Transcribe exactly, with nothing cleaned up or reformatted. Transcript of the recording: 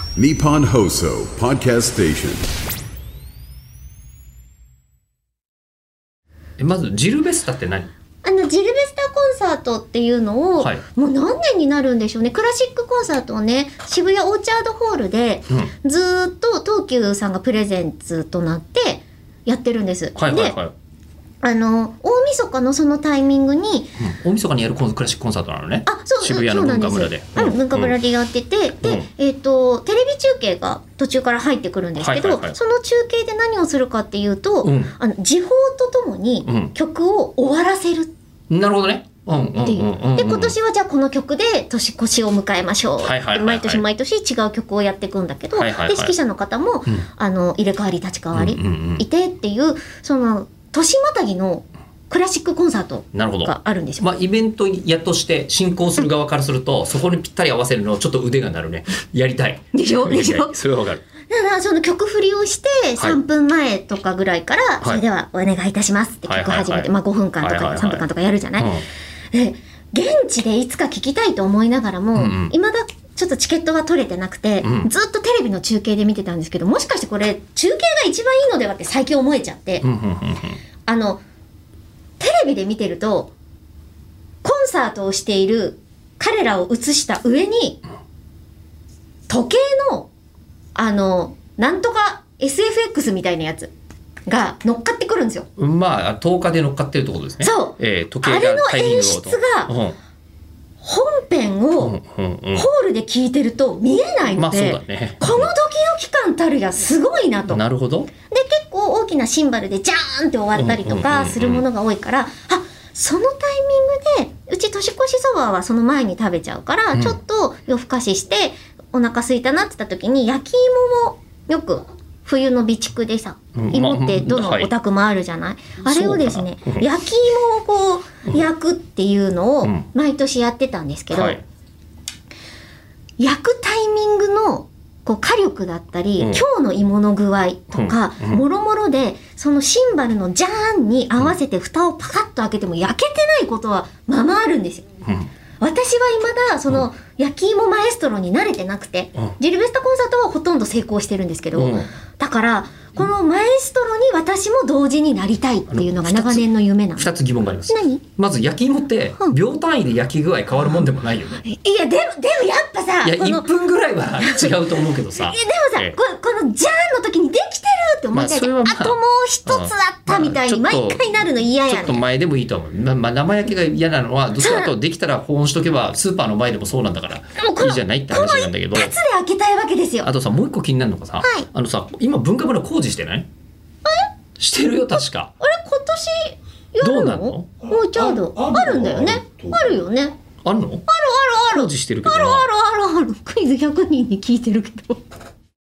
Nippon Hoso Podcast Station。 まずジルベスタって何？ あのジルベスタコンサートっていうのを、はい、もう何年になるんでしょうね。クラシックコンサートをね、渋谷オーチャードホールで、うん、ずっと東急さんがプレゼンツとなってやってるんです。 はいはいはい。 で、あの大晦日のそのタイミングに、 うん、大晦日にやるクラシックコンサートなのね。 あ、そう、 渋谷の文化村で、 うんうん、文化村でやってて、うん、で、えーと、テレビ中継が途中から入ってくるんですけど、はいはいはい、その中継で何をするかっていうと、うん、あの時報とともに曲を終わらせる、 うん、なるほどね。 っていう。で、今年はじゃあこの曲で年越しを迎えましょう、はいはいはいはい、毎年毎年違う曲をやっていくんだけど、はいはいはい、で指揮者の方も、うん、あの入れ替わり立ち替わり、うんうんうん、いてっていうその年またぎのクラシックコンサートがあるんですよ。 まあ、イベントやとして進行する側からすると、うん、そこにぴったり合わせるのちょっと腕が鳴るね。やりたいでしょでしょ。 それはわかる。 だからその曲振りをしてさんぷんまえとかぐらいから、はい、それではお願いいたしますって曲始めて、はいはいはい、まあ、ごふんかんとかさんぷんかんとかやるじゃない、はいはいはい、で現地でいつか聞きたいと思いながらも、うんうん、未だちょっとチケットが取れてなくて、うん、ずっとテレビの中継で見てたんですけど、もしかしてこれ中継が一番いいのではって最近思えちゃって、うんうんうんうん、あのテレビで見てるとコンサートをしている彼らを映した上に時計のあのなんとか エスエフエックス みたいなやつが乗っかってくるんですよ。 まあとおかで乗っかってるってことですね。 そう、 えー、時計がタイミングをと、 あれの演出が、うん、本編をホールで聞いてると見えないので、まあそうだね、このドキドキ感たるやすごいなと。 なるほど。 で結構大きなシンバルでジャーンって終わったりとかするものが多いから、あ、そのタイミングでうち年越しそばはその前に食べちゃうから、うん、ちょっと夜更かししてお腹空いたなって言った時に焼き芋もよく冬の備蓄でさ、芋ってどのお宅もあるじゃない、うん、あれをですね、焼き芋をこう焼くっていうのを毎年やってたんですけど、うんはい、焼くタイミングのこう火力だったり、うん、今日の芋の具合とか、うんうん、もろもろでそのシンバルのジャーンに合わせて蓋をパカッと開けても焼けてないことはままあるんですよ、うん、私は未だその焼き芋マエストロに慣れてなくて、うん、ジルベスタコンサートはほとんど成功してるんですけど、うん、だからこのマエストロに私も同時になりたいっていうのが長年の夢なの。 ふたつ疑問があります。 何？ まず焼き芋って秒単位で焼き具合変わるもんでもないよね、うん、いやでもでもやっぱさ、 いやいっぷんぐらいは違うと思うけどさ、いやでもさ、ええ、こ, このジャーンの時にできてるって思って、まあまあ、あともう一つあったみたいに毎回なるの嫌やねん。 ちょっと前でもいいと思う、ままあ、生焼けが嫌なのはどっちかとできたら保温しとけばスーパーの前でもそうなんだからいいじゃないって話なんだけど、 この一発で開けたいわけですよ。 あとさ、もう一個気になるのがさ、はい、あのさ、今文化村工事してない？え？してるよ確か。 あれ今年やるの？ どうなの？ もうちょうどあるんだよね。あるよね。 あるの？あるあるある。 工事してるけど。 あるあるあるある。クイズひゃくにんに聞いてるけど。